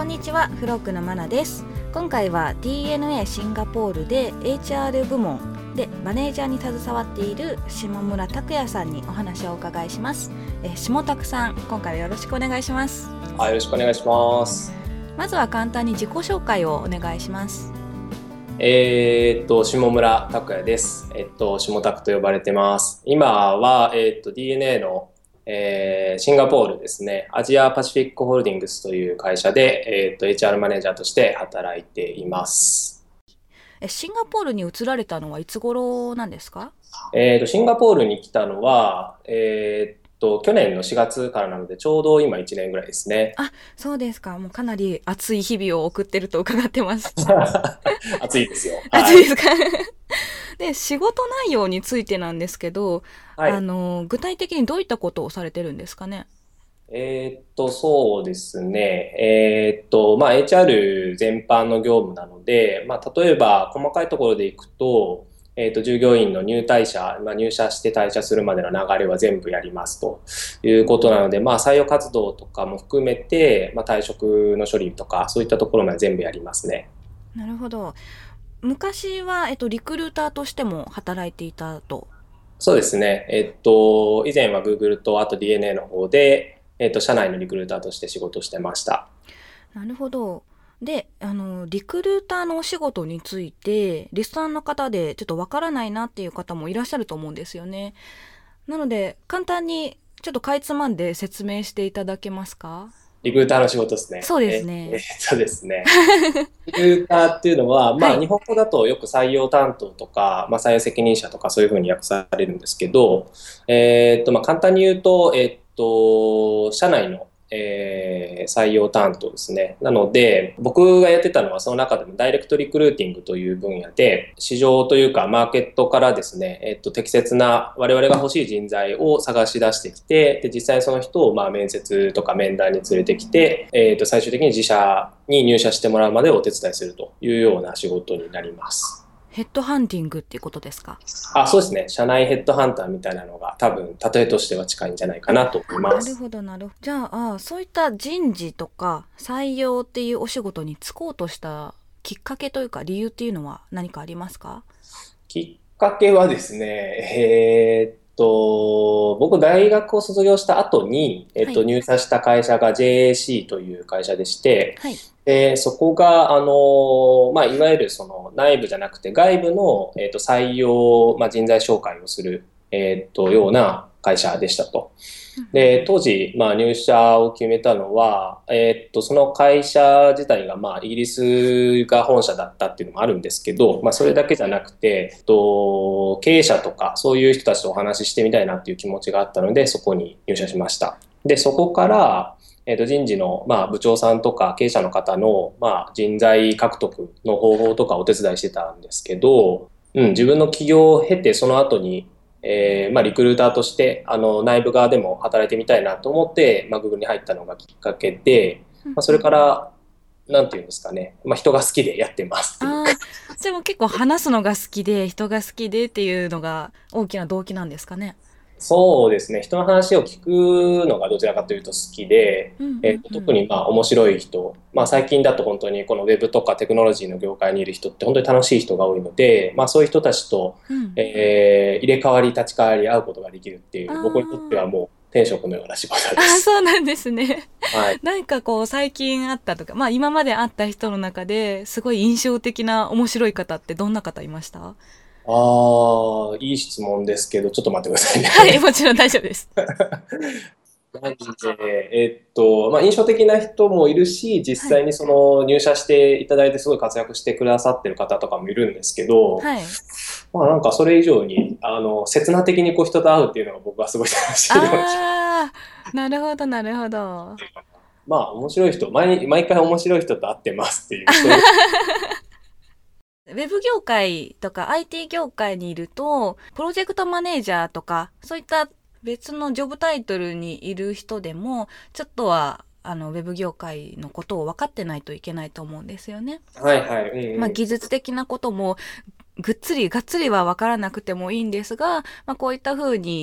にちは、フロックのマナです。今回は DNA シンガポールで HR 部門でマネージャーに携わっている下村拓也さんにお話をお伺いします。下拓さん、今回はよろしくお願いします。 よろしくお願いします。 まずは簡単に自己紹介をお願いします。 下村拓也です。下拓と呼ばれてます。今は、DNA のシンガポールですね、アジアパシフィックホールディングスという会社で、HR マネージャーとして働いています。 シンガポールに移られたのはいつ頃なんですか？ シンガポールに来たのは、去年の4月からなのでちょうど今1年ぐらいですね。 そうですか。もうかなり暑い日々を送ってると伺ってます。 暑いですよ。 暑いですか？で、仕事内容についてなんですけど、 はい。 具体的にどういったことをされてるんですかね？ そうですね。HR 全般の業務なので、例えば細かいところでいくと、従業員の入退社、入社して退社するまでの流れは全部やりますということなので、採用活動とかも含めて、退職の処理とか、そういったところまで全部やりますね。 なるほど。昔は、リクルーターとしても働いていたと。 そうですね。以前は Google とあと DNA の方で、社内のリクルーターとして仕事してました。 なるほど。で、リクルーターのお仕事について、リスナーの方でちょっとわからないなっていう方もいらっしゃると思うんですよね。なので、簡単にちょっとかいつまんで説明していただけますか？ リクルーターの仕事ですね。 そうですね。 ですね。リクルーターっていうのは、 はい。 日本語だとよく採用担当とか、採用責任者とかそういうふうに訳されるんですけど、簡単に言うと、社内の、採用担当ですね。なので、僕がやってたのはその中でもダイレクトリクルーティングという分野で、市場というかマーケットからですね、適切な我々が欲しい人材を探し出してきて、で、実際にその人を面接とか面談に連れてきて、最終的に自社に入社してもらうまでお手伝いするというような仕事になります。 ヘッドハンティングっていうことですか？ そうですね。社内ヘッドハンターみたいなのが多分、例えとしては近いんじゃないかなと思います。 なるほど、なるほど。じゃあ、そういった人事とか採用っていうお仕事に就こうとしたきっかけというか理由っていうのは何かありますか？ きっかけはですね、僕大学を卒業した後に、 はい。 入社した会社が JAC という会社でして、 はい。 で、そこが、いわゆるその内部じゃなくて外部の、採用、人材紹介をする、ような会社でしたと。で、当時、入社を決めたのは、その会社自体が、イギリスが本社だったっていうのもあるんですけど、そはい。 れだけじゃなくて、経営者とか、そういう人たちとお話ししてみたいなっていう気持ちがあったので、そこに入社しました。で、そこから、人事の、部長さんとか経営者の方の、人材獲得の方法とかお手伝いしてたんですけど、自分の起業を経て、その後に、リクルーターとして内部側でも働いてみたいなと思って、Google に入ったのがきっかけで、それからなんていうんですかね、人が好きでやってますっていう。 ああ、じゃあもう結構話すのが好きで、人が好きでっていうのが大きな動機なんですかね。 そうですね、人の話を聞くのがどちらかというと好きで、 うんうんうん。 特に面白い人、最近だと本当にこのウェブとかテクノロジーの業界にいる人って本当に楽しい人が多いので、そういう人たちと、 うん。 入れ替わり立ち替わり会うことができるっていう、僕にとってあはもう天職のような仕事あ、 です。 そうなんですね。 はい。 なんかこう最近会ったとか、今まで会った人の中ですごい印象的な面白い方ってどんな方いました？ いい質問ですけど、ちょっと待ってくださいはい、 ね。 もちろん大丈夫です。 なんで、印象的な人もいるし、実はい。 際にその入社していただいてすごい活躍してくださってる方とかもいるんですけど、 はい。 なんかそれ以上に、刹那的にこう人と会うっていうのが僕はすごい楽しいような気が。 ああ、なるほど、なるほど。 面白い人、毎回面白い人と会ってますっていう、そういう。 ウェブ業界とか IT 業界にいると、プロジェクトマネージャーとか、そういった別のジョブタイトルにいる人でも、ちょっとは、ウェブ業界のことを分かってないといけないと思うんですよね。 はいはい、うんうん。 技術的なことも、がっつりは分からなくてもいいんですが、こういった風に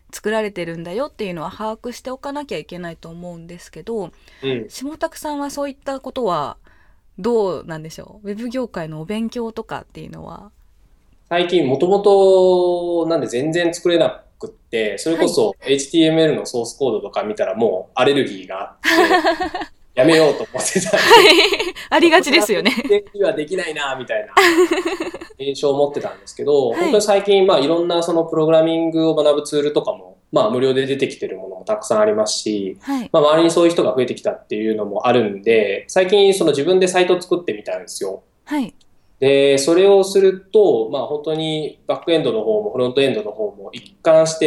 作られてるんだよっていうのは把握しておかなきゃいけないと思うんですけど、下拓さんはそういったことはどうなんでしょう？ウェブ業界のお勉強とかっていうのは。 最近もともとなんで全然作れなくって、それこそ HTML のソースコードとか見たらもうアレルギーがあって、やめようと思ってたんで、 ありがちですよね。 にはできないなみたいな印象を持ってたんですけど、 はい、 本当に最近いろんなそのプログラミングを学ぶツールとかも無料で出てきてるものもたくさんありますし、 はい、 周りにそういう人が増えてきたっていうのもあるんで、最近その自分でサイトを作ってみたんですよ。 はい、 で、それをすると、本当にバックエンドの方もフロントエンドの方も一貫して、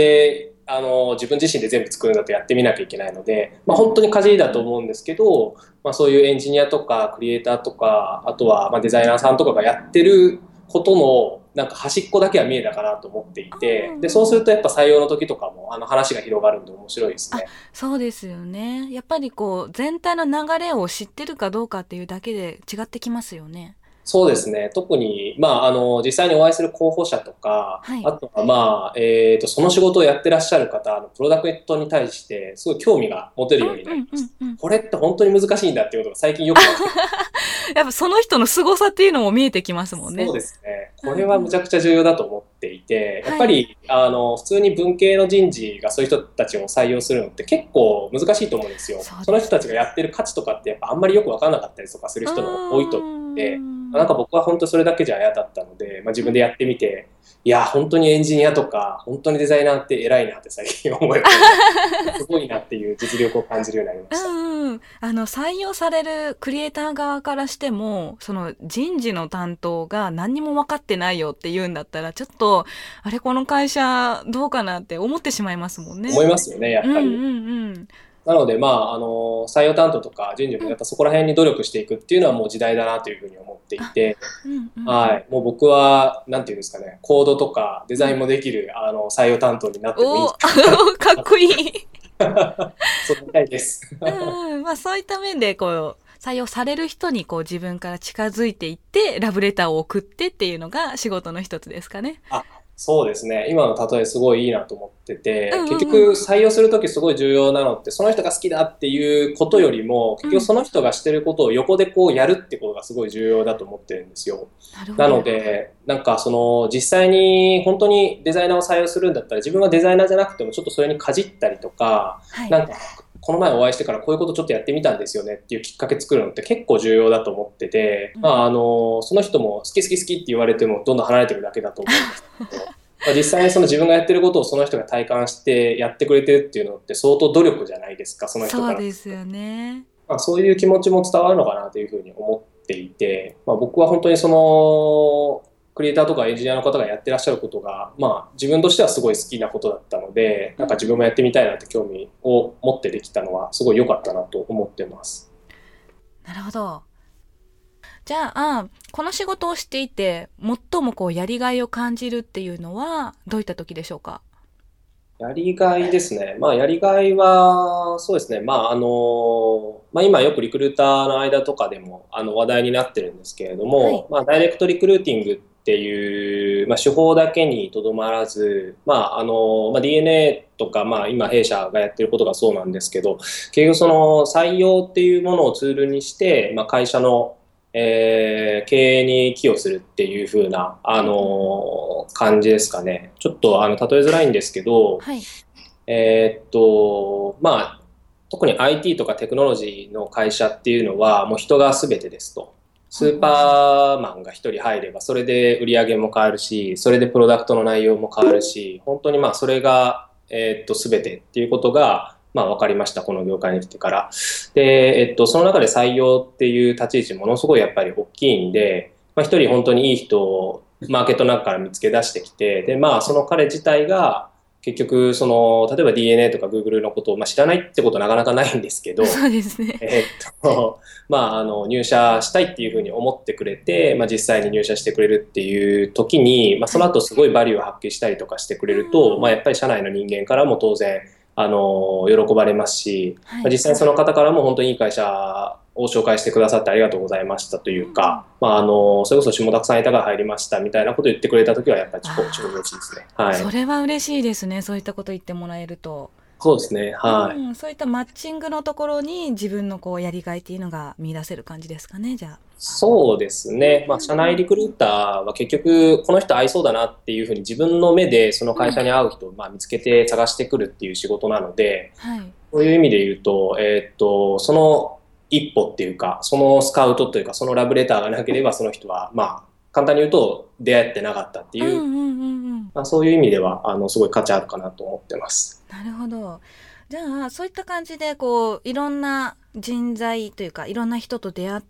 自分自身で全部作るんだとやってみなきゃいけないので、本当にかじりだと思うんですけど、そういうエンジニアとかクリエイターとか、あとはデザイナーさんとかがやってることのなんか端っこだけは見えたかなと思っていて、で、そうするとやっぱ採用の時とかも話が広がるんで面白いですね。 そうですよね。やっぱりこう全体の流れを知ってるかどうかっていうだけで違ってきますよね。 そうですね。特に、実際にお会いする候補者とか、 はい。 あとは、その仕事をやってらっしゃる方のプロダクトに対して、すごい興味が持てるようになりました。これって本当に難しいんだっていうことが最近よく分かって、 やっぱその人の凄さっていうのも見えてきますもんね。 そうですね。これはむちゃくちゃ重要だと思っていて、やっぱはい。 り、普通に文系の人事がそういう人たちを採用するのって結構難しいと思うんですよ。 そうです。 その人たちがやってる価値とかってやっぱあんまりよく分からなかったりとかするう人も多いと思って、なんかん。 僕は本当それだけじゃ嫌だったので、自分でやってみて、いや、本当にエンジニアとか、本当にデザイナーって偉いなって最近思うようになって、すごいなっていう実力を感じるようになりました。 採用されるクリエイター側からしても、その人事の担当が何にも分かってないよって言うんだったら、ちょっと、あれ、この会社どうかなって思ってしまいますもんね。 思いますよね、やっぱり。 うん。 なので、採用担当とか人事もやっぱそこら辺に努力していくっていうのはもう時代だなというふうに思っていあ、 て、 うん。 はい、もう僕は、なんていうんですかね、コードとかデザインもできる、採用担当になってもいいんじおかっこいい。 ゃないか。そうみたいです。 まあそういった面で、こう、採用される人にこう自分から近づいていって、ラブレターを送ってっていうのが仕事の一つですかね。 あ、そうですね。今の例えすごいいいなと思ってて、結うん。 局採用するときすごい重要なのって、その人が好きだっていうことよりも、結局うん。 その人がしてることを横でこうやるってことがすごい重要だと思ってるんですよ。ななるほど。 ので、なんかその実際に本当にデザイナーを採用するんだったら、自分はデザイナーじゃなくてもちょっとそれにかじったりとか、 はい。 なんかこの前お会いしてからこういうことちょっとやってみたんですよねっていうきっかけ作るのって結構重要だと思ってて、 うん。 その人も好き好き好きって言われてもどんどん離れてるだけだと思うんですけど、実際にその自分がやってることをその人が体感してやってくれてるっていうのって相当努力じゃないですか、その人そうから。 ですよね。 そういう気持ちも伝わるのかなというふうに思っていて、僕は本当にそのクリエイターとかエンジニアの方がやってらっしゃることが、自分としてはすごい好きなことだったので、なんか自分もやってみたいなって興味を持ってできたのはすごい良かったなと思ってます。 なるほど。じゃあ、この仕事をしていて、最もこうやりがいを感じるっていうのは、どういった時でしょうか？ やりがいですね。やりがいは、そうですね。今よくリクルーターの間とかでも、話題になってるんですけれどはい。 も、ダイレクトリクルーティングっていう、手法だけにとどまらず、DNA とか、今弊社がやってることがそうなんですけど、結局その採用っていうものをツールにして、会社の経営に寄与するっていう風な、感じですかね。ちょっと、例えづらいんですけど、 はい。 特に IT とかテクノロジーの会社っていうのは、もう人が全てですと。スーほうほうほう。 パーマンが一人入れば、それで売り上げも変わるし、それでプロダクトの内容も変わるし、本当にそれが、全てっていうことが、分かりました、この業界に来てから。で、その中で採用っていう立ち位置ものすごいやっぱり大きいんで、一人本当にいい人をマーケットの中から見つけ出してきて、で、その彼自体が、結局、その、例えば DNA とか Google のことを、知らないってことなかなかないんですけど、 そうですね。 入社したいっていうふうに思ってくれて、実際に入社してくれるっていう時に、そはい。 の後すごいバリューを発揮したりとかしてくれると、やっぱり社内の人間からも当然、喜ばれますし、 はい。 実際にその方からも本当にいい会社を紹介してくださってありがとうございましたというか、それこそ下田さんいたから入りましたみたいなことを言ってくれたときはやっぱり超嬉しいですね。はい。 それは嬉しいですね。そういったこと言ってもらえると。 そうですね。はい。 そういったマッチングのところに自分のこうやりがいっていうのが見出せる感じですかね、じゃあ。 そうですね。社内リクルーターは結局、この人合いそうだなっていうふうに自分の目でその会社に合う人を見つけて探してくるっていう仕事なので、 はい。 そういう意味で言うと、その一歩っていうか、そのスカウトというか、そのラブレターがなければその人は、簡単に言うと出会ってなかったっていう、そういう意味では、すごい価値あるかなと思ってます。 なるほど。じゃあ、そういった感じで、こう、いろんな人材というか、いろんな人と出会って、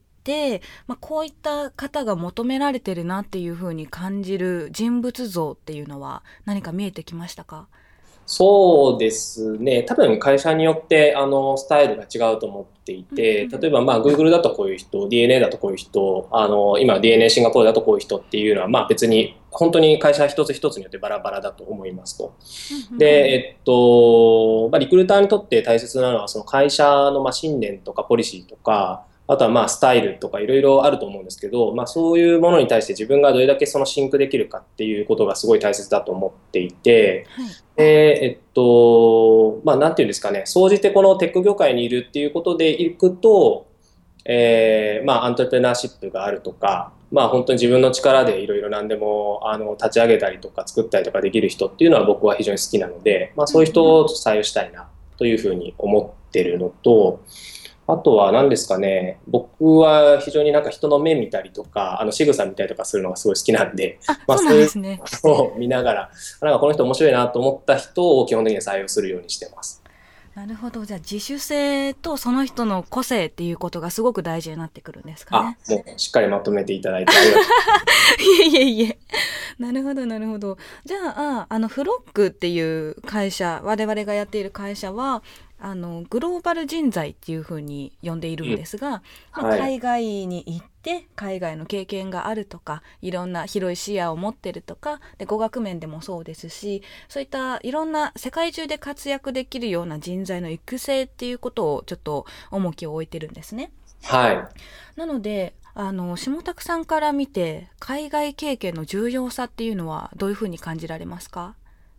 こういった方が求められてるなっていうふうに感じる人物像っていうのは何か見えてきましたか？ そうですね。多分会社によってスタイルが違うと思っていて、例えばGoogle だとこういう人、DNA だとこういう人、今 DNA シンガポールだとこういう人っていうのは別に本当に会社一つ一つによってバラバラだと思いますと。で、リクルーターにとって大切なのはその会社の信念とかポリシーとか、あとはスタイルとかいろいろあると思うんですけど、そういうものに対して自分がどれだけそのシンクできるかっていうことがすごい大切だと思っていて、で、なんていうんですかね、総じてこのテック業界にいるっていうことでいくと、アントレプレナーシップがあるとか、本当に自分の力でいろいろ何でも立ち上げたりとか作ったりとかできる人っていうのは僕は非常に好きなので、そういう人を採用したいなというふうに思ってるのと、あとは何ですかね、僕は非常に人の目見たりとか、仕草見たりとかするのがすごい好きなんで、 そうなんですね。 そういうのを見ながら、この人面白いなと思った人を基本的には採用するようにしてます。 なるほど。じゃあ自主性とその人の個性っていうことがすごく大事になってくるんですかね。 もうしっかりまとめていただいてありがとう。 いえいえ。なるほど、なるほど。じゃあ、フロックっていう会社、我々がやっている会社は、グローバル人材っていうふうに呼んでいるんですが、海外に行って海外の経験があるとか、いろんな広い視野を持ってるとかで、語学面でもそうですし、そういったいろんな世界中で活躍できるような人材の育成っていうことをちょっと重きを置いてるんですね。 はい。 なので下拓さんから見て海外経験の重要さっていうのはどういうふうに感じられますか？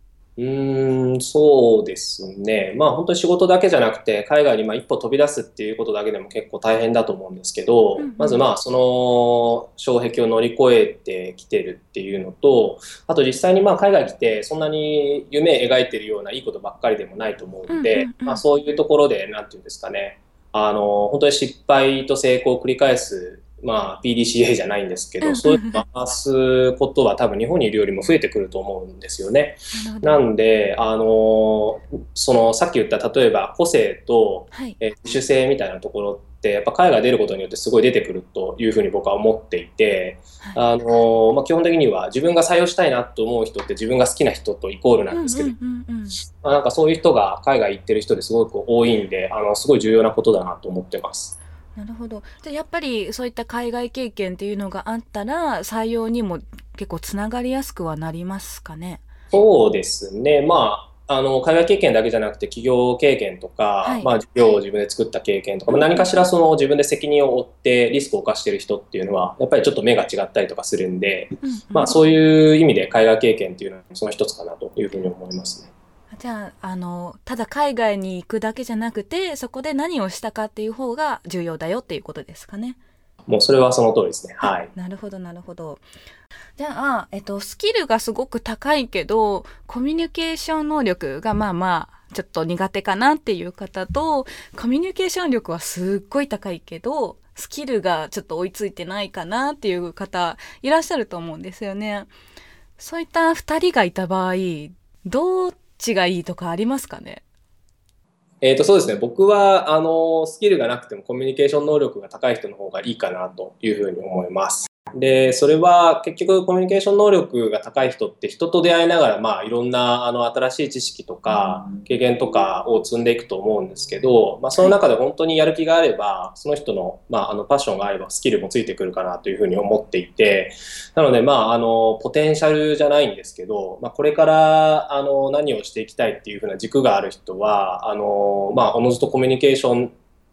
そうですね。本当に仕事だけじゃなくて、海外に一歩飛び出すっていうことだけでも結構大変だと思うんですけど、まずその障壁を乗り越えてきてるっていうのと、あと実際に海外来てそんなに夢描いてるようないいことばっかりでもないと思うので、そういうところで、なんていうんですかね、本当に失敗と成功を繰り返すPDCA じゃないんですけど、そういうのを回すことは多分日本にいるよりも増えてくると思うんですよね。なんで、そのさっき言った例えば個性と、自主性みたいなところってやっぱ海外出ることによってすごい出てくるというふうに僕は思っていて、基本的には自分が採用したいなと思う人って自分が好きな人とイコールなんですけど、そういう人が海外行ってる人ですごく多いんで、すごい重要なことだなと思ってます。 なるほど。じゃあやっぱりそういった海外経験っていうのがあったら採用にも結構つながりやすくはなりますかね。 そうですね。海外経験だけじゃなくて企業経験とか、事業を自分で作った経験とか、何かしらその自分で責任を負ってリスクを冒している人っていうのはやっぱりちょっと目が違ったりとかするんで、そういう意味で海外経験っていうのはその一つかなというふうに思いますね。 じゃあ、ただ海外に行くだけじゃなくて、そこで何をしたかっていう方が重要だよっていうことですかね。 もうそれはその通りですね。はい。 なるほど、なるほど。じゃあ、スキルがすごく高いけど、コミュニケーション能力がちょっと苦手かなっていう方と、コミュニケーション力はすっごい高いけど、スキルがちょっと追いついてないかなっていう方いらっしゃると思うんですよね。そういった2人がいた場合、どっちがいいとかありますかね？ そうですね。僕は、スキルがなくてもコミュニケーション能力が高い人の方がいいかなというふうに思います。で、それは結局コミュニケーション能力が高い人って人と出会いながら、いろんな新しい知識とか経験とかを積んでいくと思うんですけど、その中で本当にやる気があれば、その人の、パッションがあればスキルもついてくるかなというふうに思っていて、なので、ポテンシャルじゃないんですけど、これから何をしていきたいっていうふうな軸がある人は、おのずとコミュニケーション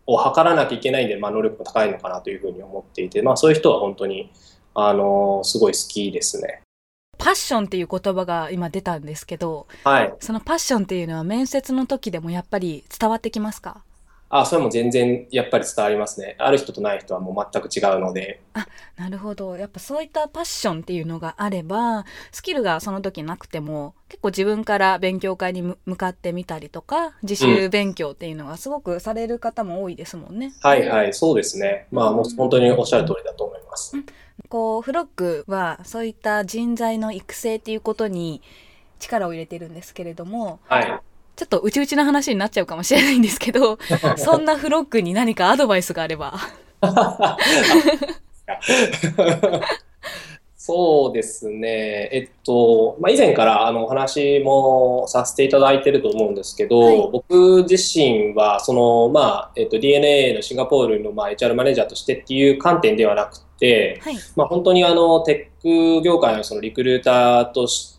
を測らなきゃいけないんで、能力が高いのかなというふうに思っていて、そういう人は本当に、すごい好きですね。 パッションっていう言葉が今出たんですけど、 はい。 そのパッションっていうのは面接の時でもやっぱり伝わってきますか？ それも全然やっぱり伝わりますね。ある人とない人はもう全く違うので。 あ、なるほど。やっぱそういったパッションっていうのがあれば、スキルがその時なくても、結構自分から勉強会に向かってみたりとか、自うん。 習勉強っていうのがすごくされる方も多いですもんね。 はいはい、そうですね。 うんもう本当におっしゃる通りだと思います。 こう、フロッグはそういった人材の育成っていうことに力を入れてるんですけれども、 はい。 ちょっと内々の話になっちゃうかもしれないんですけど、そんなフロッグに何かアドバイスがあれば。 そうですね。以前からお話もさせていただいてると思うんですけど、 はい。 僕自身はDNA のシンガポールのHR マネージャーとしてっていう観点ではなくて、 はい。 本当にテック業界のそのリクルーターとして、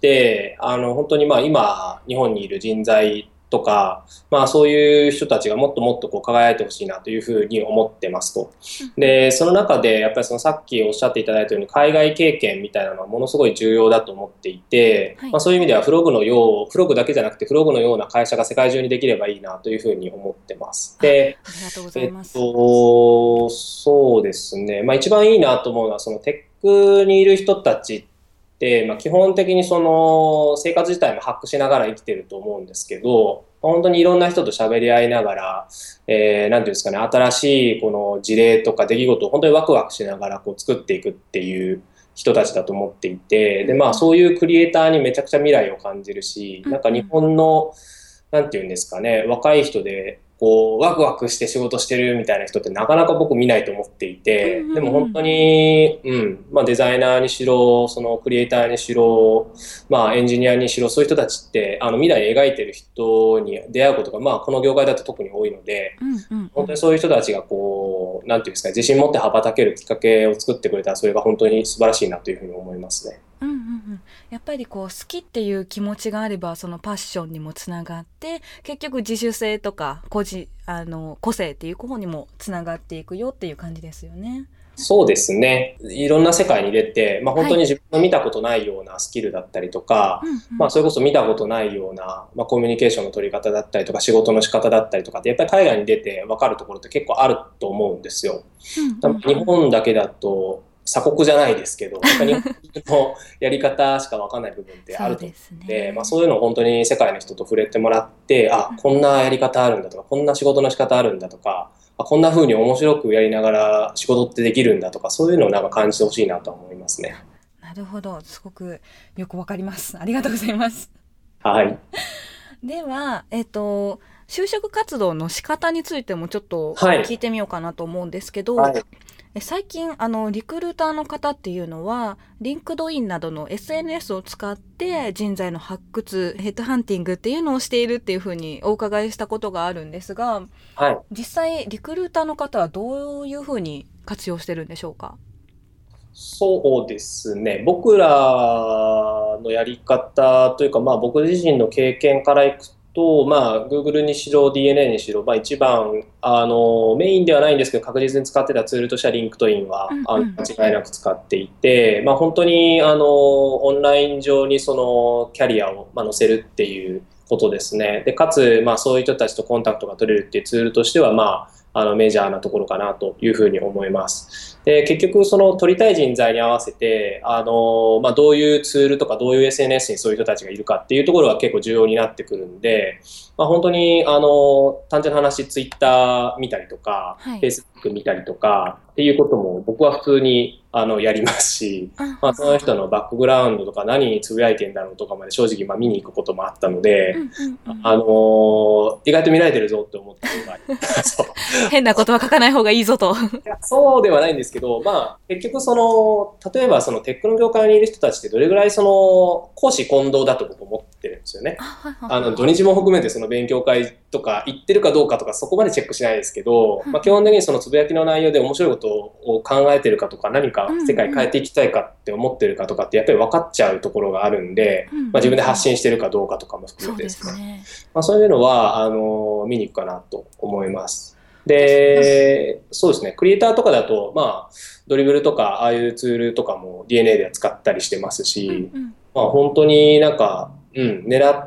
本当に今日本にいる人材とか、そういう人たちがもっともっとこう輝いてほしいなというふうに思ってますと。で、その中で、やっぱりそのさっきおっしゃっていただいたように、海外経験みたいなのはものすごい重要だと思っていて、 はい。 そういう意味ではフログだけじゃなくて、フログのような会社が世界中にできればいいなというふうに思ってます。 あ、 で、 ありがとうございます。 そうですね。一番いいなと思うのは、そのテックにいる人たちって、基本的にその生活自体もハックしながら生きてると思うんですけど、本当にいろんな人と喋り合いながら、なんていうんですかね、新しいこの事例とか出来事を本当にワクワクしながらこう作っていくっていう人たちだと思っていて、で、そういうクリエイターにめちゃくちゃ未来を感じるし、なんか日本の、なんていうんですかね、若い人で、こう、ワクワクして仕事してるみたいな人ってなかなか僕見ないと思っていて、でも本当に、デザイナーにしろ、そのクリエイターにしろ、エンジニアにしろ、そういう人たちって、未来描いてる人に出会うことが、この業界だと特に多いので、本当にそういう人たちがこう、なんていうんですかね、自信持って羽ばたけるきっかけを作ってくれたら、それが本当に素晴らしいなというふうに思いますね。 やっぱりこう好きっていう気持ちがあればそのパッションにもつながって結局自主性とか個性っていう方にもつながっていくよっていう感じですよね。 そうですね。いろんな世界に出て、本はい。 当に自分の見たことないようなスキルだったりとか、それこそ見たことないような、コミュニケーションの取り方だったりとか、仕事の仕方だったりとかって、やっぱり海外に出て分かるところって結構あると思うんですよ。日本だけだと鎖国じゃないですけど、やっぱり日本のやり方しか分かんない部分ってあると思そうですうので、 ね。 そういうのを本当に世界の人と触れてもらって、こんなやり方あるんだとか、こんな仕事の仕方あるんだとか、こんな風に面白くやりながら仕事ってできるんだとか、そういうのをなんか感じてほしいなと思いますね。 なるほど、すごくよくわかります。ありがとうございます。 はい。 では就職活動の仕方についてもちょっとはい。 聞いてみようかなと思うんですけど、 はい。 最近リクルーターの方っていうのはリンクドインなどの SNS を使って人材の発掘ヘッドハンティングっていうのをしているっていうふうにお伺いしたことがあるんですが、 はい。 実際リクルーターの方はどういうふうに活用してるんでしょうか？ そうですね。僕らのやり方というか、僕自身の経験からいくと、Google にしろ DNA にしろ、一番、メインではないんですけど、確実に使ってたツールとしては LinkedIn は、間違いなく使っていて、本当に、オンライン上にそのキャリアを、載せるっていうことですね。で、かつ、そういう人たちとコンタクトが取れるっていうツールとしては、メジャーなところかなというふうに思います。で、結局、その取りたい人材に合わせて、どういうツールとかどういう SNS にそういう人たちがいるかっていうところが結構重要になってくるんで、本当に、単純な話、ツイッター見たりとか、 はい。 フェイスブック見たりとかっていうことも僕は普通に、やりますし、その人のバックグラウンドとか何につぶやいてんだろうとかまで正直、見に行くこともあったので、意外と見られてるぞって思ったことがあります。そう変なことは書かない方がいいぞと。 いや、そうではないんですけど、結局その、例えばそのテックの業界にいる人たちってどれぐらいその、公私混同だと僕思ってるんですよね。土日も含めてその勉強会とか行ってるかどうかとかそこまでチェックしないですけど、基本的にそのつぶやきの内容で面白いことを考えてるかとか何か世界変えていきたいかって思ってるかとかってやっぱり分かっちゃうところがあるんで、自分で発信してるかどうかとかも含そうでめてですね。 すね。 そういうのは、見に行くかなと思います。 で、そうですね、クリエイターとかだと、まあ、ドリブルとか、ああいうツールとかも DNA では使ったりしてますし、 うんうん。 まあ、本当になんか、狙った、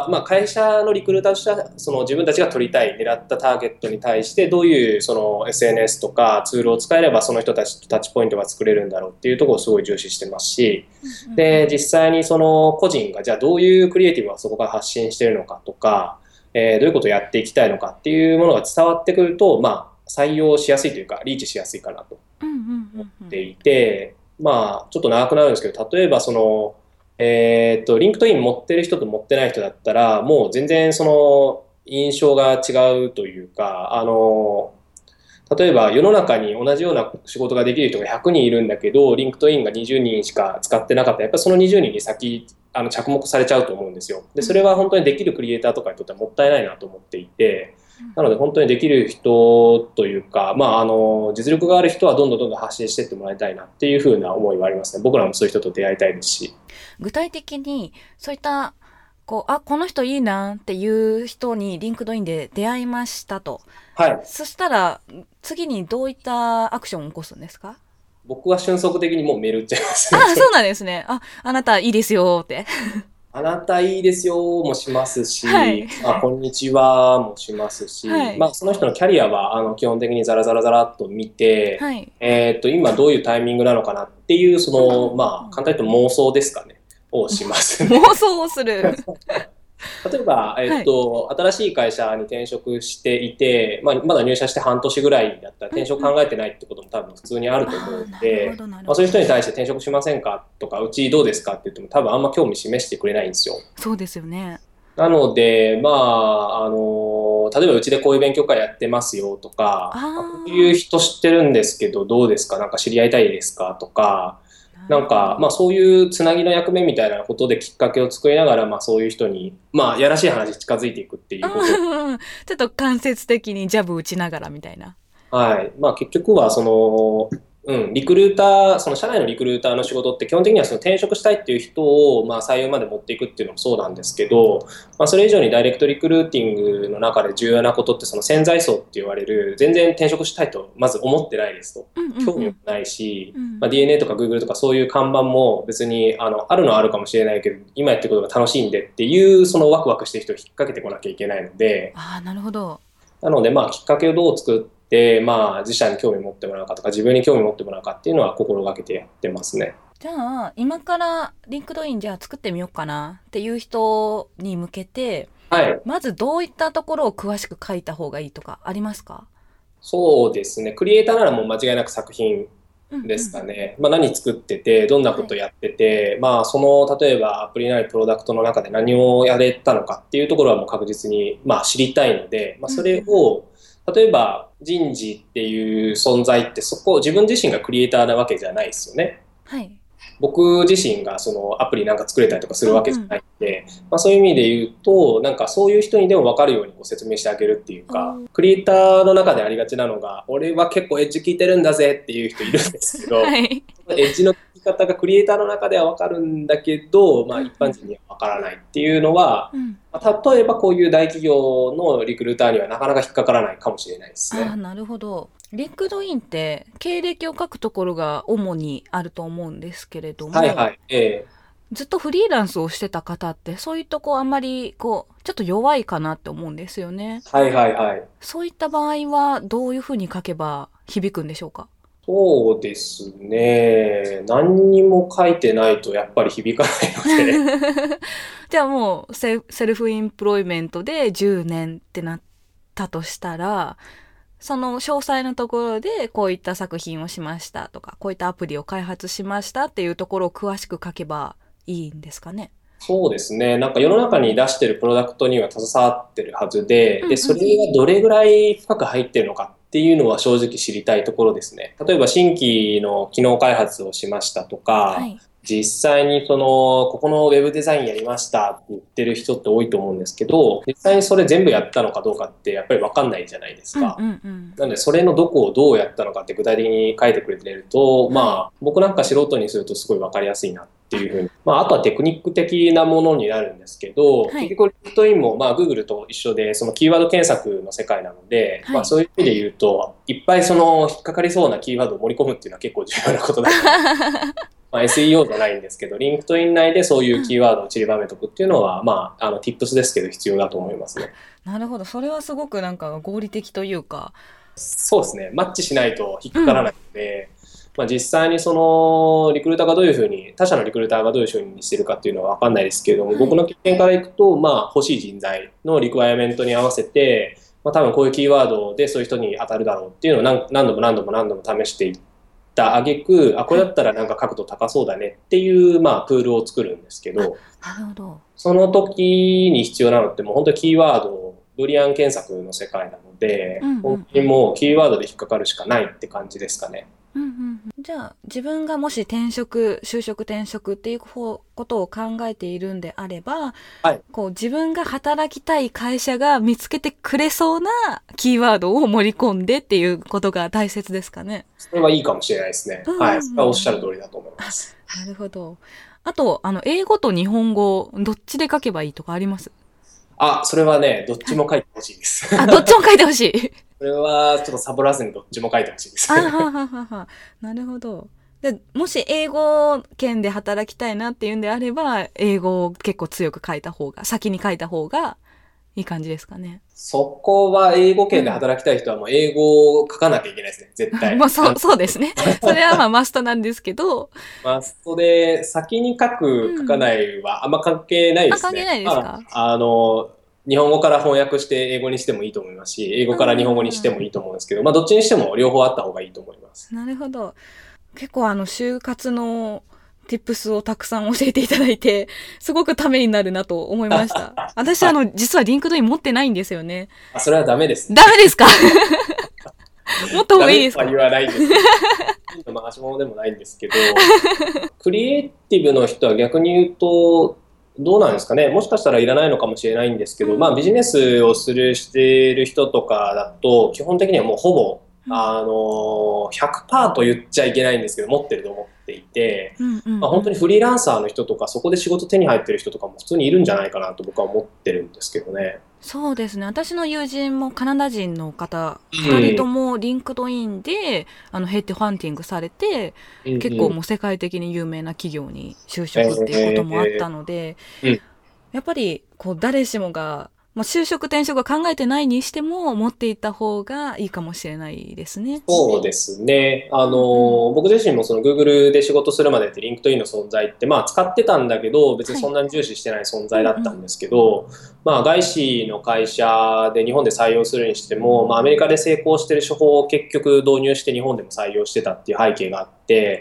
まあ、会社のリクルーターとしては、その自分たちが取りたい、狙ったターゲットに対して、どういうその SNS とかツールを使えれば、その人たちとタッチポイントが作れるんだろうっていうところをすごい重視してますし、で、実際にその個人が、じゃあどういうクリエイティブがそこから発信しているのかとか、どういうことをやっていきたいのかっていうものが伝わってくると、まあ、採用しやすいというか、リーチしやすいかなとうんうん思っうんうん。 ていて、まあ、ちょっと長くなるんですけど、例えばその、リンクトイン持ってる人と持ってない人だったら、もう全然その印象が違うというか、例えば世の中に同じような仕事ができる人が100人いるんだけど、リンクトインが20人しか使ってなかったら、やっぱりその20人に先、着目されちゃうと思うんですよ。で、それは本当にできるクリエイターとかにとってはもったいないなと思っていて、なので本当にできる人というか、まあ、実力がある人はどんどんどんどん発信していってもらいたいなっていうふうな思いはありますね。僕らもそういう人と出会いたいですし。 具体的にそういったこの人いいなっていう人にリンクドインで出会いましたと。 はい。 そしたら次にどういったアクションを起こすんですか？ 僕は瞬足的にもうメール打っちゃいますね。 あ、そうなんですね。あなたいいですよって。 あなたいいですよもしますはい。 し、こんにちはもしますし、 はい。 まあ、その人のキャリアは基本的にザラザラザラっと見て、 はい。 今どういうタイミングなのかなっていう、そうんうんの、まあ、簡単に言うと妄想ですかね、をしますね。 妄想をする。 例えば、 はい。 新しい会社に転職していて、まあ、まだ入社して半年ぐらいだったら転職うんうん。 考えてないってことも多分普通にあると思うああ、 ので、 なるほど、なるまあ、そういう人にほど。 対して転職しませんかとか、うちどうですかって言っても多分あんま興味示してくれないんですよ。 そうですよね。 なので、まあ、例えばうちでこういう勉強会やってますよとか、こういうあ人知ってるんですけどどうですか、なんか知り合いたいですかとか、 あ、ななんか、 るほど。 まあそういうつなぎの役目みたいなことできっかけを作りながら、まあそういう人に、まあやらしい話近づいていくっていうことを、 うん。ちょっと間接的にジャブ打ちながらみたいな。 はい。まあ結局は、その、リクルーター、その社内のリクルーターの仕事って基本的にはその転職したいっていう人をまあ採用まで持っていくっていうのもそうなんですけど、まあそれ以上にダイレクトリクルーティングの中で重要なことってその潜在層って言われる、全然転職したいとまず思ってないですと。 うんうん興味もうん。 ないし、まあ、 うん。 DNA とか Google とかそういう看板も別にあるのはあるかもしれないけど、今やってることが楽しいんでっていうそのワクワクしてる人を引っ掛けてこなきゃいけないので、 ああ、なるほど。 なので、まあ、きっかけをどう作って、まあ、自社に興味を持ってもらうかとか、自分に興味を持ってもらうかっていうのは心がけてやってますね。 じゃあ、今からリンクドインじゃあ作ってみようかなっていう人に向けて、 はい。 まずどういったところを詳しく書いた方がいいとかありますか？ そうですね。クリエイターならもう間違いなく作品ですうんうん。 かね。まあ、何作ってて、どんなはい。 ことやってて、まあ、その、例えばアプリなりプロダクトの中で何をやれたのかっていうところはもう確実に、まあ、知りたいので、まあ、 うんうそれん。 を、例えば人事っていう存在ってそこ、自分自身がクリエイターなわけじゃないですよね。 はい。 僕自身がそのアプリなんか作れたりとかするわけじゃうんうん。 ないんで、まあ、そういう意味で言うと、なんかそういう人にでも分かるようにご説明してあげるっていうか、 おー。 クリエイターの中でありがちなのが、俺は結構エッジ効いてるんだぜっていう人いるんですけど、 はい。 エッジの効き方がクリエイターの中では分かるんだけど、まあ、一うんうん。 般人には分からないっていうのは、 うん。 まあ例えばこういう大企業のリクルーターにはなかなか引っかからないかもしれないですああ、 ね。 なるほど。リンクドインって経歴を書くところが主にあると思うんですけれども、 はいはい。 ずっとフリーランスをしてた方ってそういうとこあんまりちょっと弱いかなって思うんですよね。 はいはいはい。 そういった場合はどういうふうに書けば響くんでしょうか？ そうですね。何にも書いてないとやっぱり響かないので。 じゃあもうセルフインプロイメントで10年ってなったとしたら、その詳細なところでこういった作品をしましたとか、こういったアプリを開発しましたっていうところを詳しく書けばいいんですかね？ そうですね。なんか世の中に出してるプロダクトには携わってるはずで、で、 うんうんそれうん。 がどれぐらい深く入ってるのかっていうのは正直知りたいところですね。例えば新規の機能開発をしましたとか、 はい。 実際にここのウェブデザインやりましたって言ってる人って多いと思うんですけど、実際にそれ全部やったのかどうかってやっぱり分かんないじゃないですか。なので、それのどこをどうやったのかって具体的に書いてくれてると、まあ、僕なんか素人にするとすごい分かりやすいなっていうふうに。まあ、あとはテクニック的なものになるんですけど、結局、リンクトインも、まあ、Google と一緒で、そのキーワード検索の世界なので、まあ、そういう意味で言うと、いっぱい引っかかりそうなキーワードを盛り込むっていうのは結構重要なことだとまあ SEO じゃないんですけど、リンクトイン内でそういうキーワードを散りばめとくっていうのは、まあ、Tips ですけど必要だと思いますね。 なるほど。それはすごくなんか合理的というか。 そうですね。マッチしないと引っかからないので、まあ、実際にリクルーターがどういうふうに、他社のリクルーターがどういうふうにしてるかっていうのは分かんないですけれども、僕の経験からいくと、まあ、欲しい人材のリクワイアメントに合わせて、まあ、多分こういうキーワードでそういう人に当たるだろうっていうのを何度も試していった挙句、これだったらなんか角度高そうだねっていう、まあ、プールを作るんですけど、 なるほど。 その時に必要なのってもう本当にキーワード、ブリアン検索の世界なので、本当にもうキーワードで引っかかるしかないって感じですかね。 じゃあ自分がもし就職転職っていうことを考えているんであれば、こう自分が働きたい会社が見つけてくれそうなキーワードを盛り込んでっていうことが大切ですかね。 それはいいかもしれないですね。はい。それはおっしゃる通りだと思います。 なるほど。あと、英語と日本語、どっちで書けばいいとかあります？ それはね、どっちも書いてほしいです。 どっちも書いてほしい。 それはちょっとサボらずにどっちも書いてほしいです。 なるほど。でもし英語圏で働きたいなっていうんであれば、英語を結構強く先に書いた方がいい感じですかね。 そこは英語圏で働きたい人はもう英語を書かなきゃいけないですね、絶対。 まあそうですね。それはまあマストなんですけど。 マストで先に書かないはあんま関係ないですね。 関係ないですか？ 日本語から翻訳して英語にしてもいいと思いますし、英語から日本語にしてもいいと思うんですけど、まあどっちにしても両方あった方がいいと思います。 なるほど。結構就活のtips をたくさん教えていただいて、すごくためになるなと思いました。私実はリンクドイン持ってないんですよね。 それはダメですね。 ダメですか？もっと方がいいですか？ ダメとは言わないんですけど、回し物でもないんですけど、クリエイティブの人は逆に言うと、どうなんですかね。もしかしたらいらないのかもしれないんですけど、まあビジネスをしている人とかだと、基本的にはもうほぼ、100% と言っちゃいけないんですけど、持ってると思っていて、本当にフリーランサーの人とか、そこで仕事手に入ってる人とかも普通にいるんじゃないかなと僕は思ってるんですけどね。 そうですね。私の友人もカナダ人の方、2人ともリンクドインで、ヘッドハンティングされて、結構もう世界的に有名な企業に就職っていうこともあったので、やっぱり誰しもが、就職転職は考えてないにしても持っていった方がいいかもしれないですね。 そうですね。僕自身もGoogle で仕事するまでってリンクトインの存在って使ってたんだけど別にそんなに重視してない存在だったんですけど、外資の会社で日本で採用するにしても、アメリカで成功してる手法を結局導入して日本でも採用してたっていう背景があって、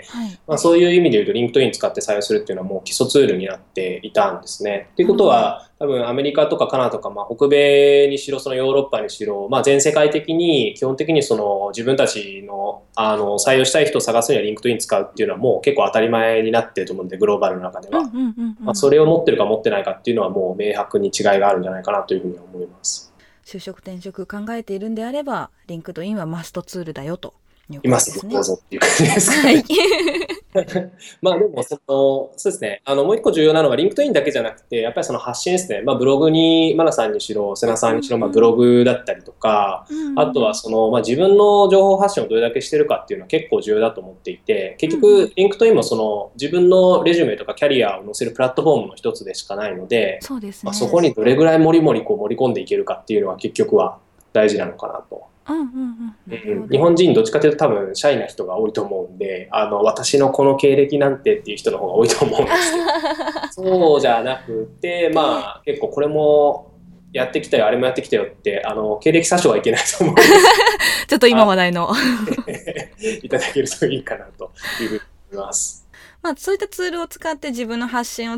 そういう意味で言うとリンクトイン使って採用するっていうのはもう基礎ツールになっていたんですね。っていうことは多分アメリカとかカナダとか、北米にしろヨーロッパにしろ、全世界的に基本的に自分たちの、採用したい人を探すにはリンクトイン使うっていうのはもう結構当たり前になってると思うんでグローバルの中では、それを持ってるか持ってないかっていうのはもう明白に違いがあるんじゃないかなというふうに思います。 就職転職考えているんであればリンクドインはマストツールだよということですね。 どうぞっていう感じですかね。でもそうですね。もう一個重要なのはリンクトインだけじゃなくてやっぱり発信ですね。ブログにマナさんにしろ瀬名さんにしろ、ブログだったりとか、あとは自分の情報発信をどれだけしてるかっていうのは結構重要だと思っていて、結局リンクトインも自分のレジュメとかキャリアを載せるプラットフォームの一つでしかないので、 そうですね。 そこにどれぐらい盛り盛り盛り込んでいけるかっていうのは結局は大事なのかなと。日本人どっちかというと多分シャイな人が多いと思うんで、私のこの経歴なんてっていう人の方が多いと思うんですけどそうじゃなくて、結構これもやってきたよあれもやってきたよって経歴詐称はいけないと思うんですちょっと今話題のいただけるといいかなというふうに思います。 そういったツールを使って自分の発信を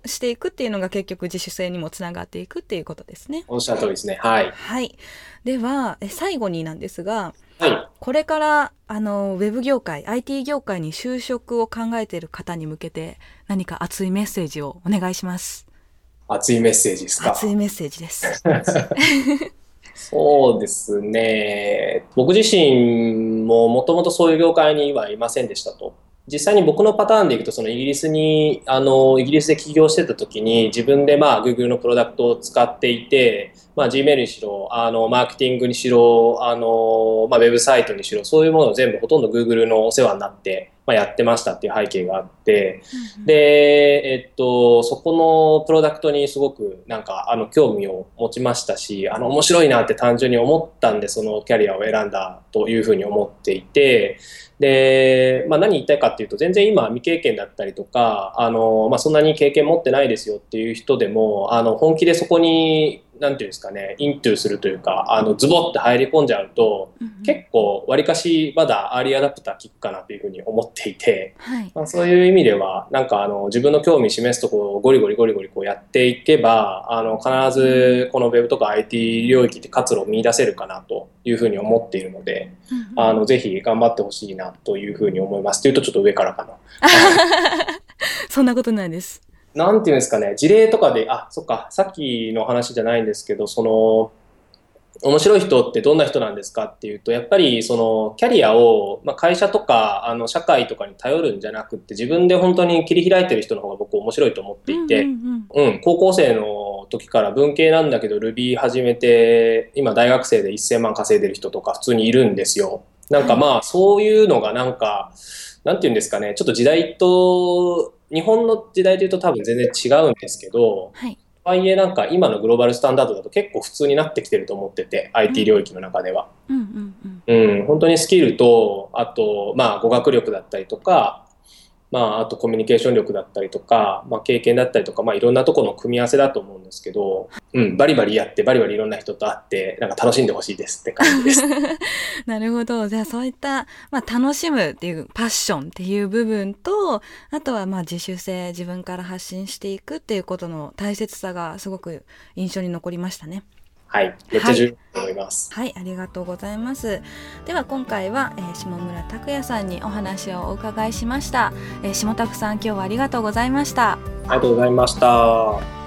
していくっていうのが結局自主性にもつながっていくっていうことですね。 おっしゃる通りですね。はい。 はい。では最後になんですが、 はい。 これからウェブ業界 IT 業界に就職を考えている方に向けて何か熱いメッセージをお願いします。 熱いメッセージですか。 熱いメッセージです。 そうですね。僕自身ももともとそういう業界にはいませんでしたと。実際に僕のパターンでいくと、そのイギリスで起業してた時に自分でGoogle のプロダクトを使っていて、Gmail にしろ、マーケティングにしろ、ウェブサイトにしろ、そういうものを全部ほとんど Google のお世話になって、やってましたっていう背景があって、で、そこのプロダクトにすごく興味を持ちましたし、面白いなって単純に思ったんで、そのキャリアを選んだというふうに思っていて、で、何言いたいかっていうと、全然今未経験だったりとか、そんなに経験持ってないですよっていう人でも、本気でそこに、なんていうんですかね、イントゥするというか、ズボって入り込んじゃうと、結構わりかしまだアーリーアダプター効くかなというふうに思っていて、そういう意味では自分の興味示すところをゴリゴリこうやっていけば必ずこの Web とか IT 領域で活路を見出せるかなというふうに思っているので、ぜひ頑張ってほしいなというふうに思います。というとちょっと上からかな。 そんなことないです。 なんていうんですかね、事例とかで、そっか、さっきの話じゃないんですけど、面白い人ってどんな人なんですかっていうと、やっぱりそのキャリアを、会社とか社会とかに頼るんじゃなくって自分で本当に切り開いてる人の方が僕面白いと思っていて、高校生の時から文系なんだけど Ruby 始めて今大学生で1000万稼いでる人とか普通にいるんですよ。そういうのがなんていうんですかね、ちょっと時代と日本の時代というと多分全然違うんですけど、とはいえ今のグローバルスタンダードだと結構普通になってきてると思ってて、IT 領域の中では。本当にスキルと、あと、語学力だったりとか、あとコミュニケーション力だったりとか、経験だったりとか、いろんなところの組み合わせだと思うんですけど、バリバリやって、バリバリいろんな人と会って、楽しんでほしいですって感じです。 なるほど。じゃあそういった、楽しむっていうパッションっていう部分と、あとは自主性、自分から発信していくっていうことの大切さがすごく印象に残りましたね。 はい、めっちゃ重要だと思います。 はい、ありがとうございます。では今回は、下村拓也さんにお話をお伺いしました。下拓さん、今日はありがとうございました。 ありがとうございました。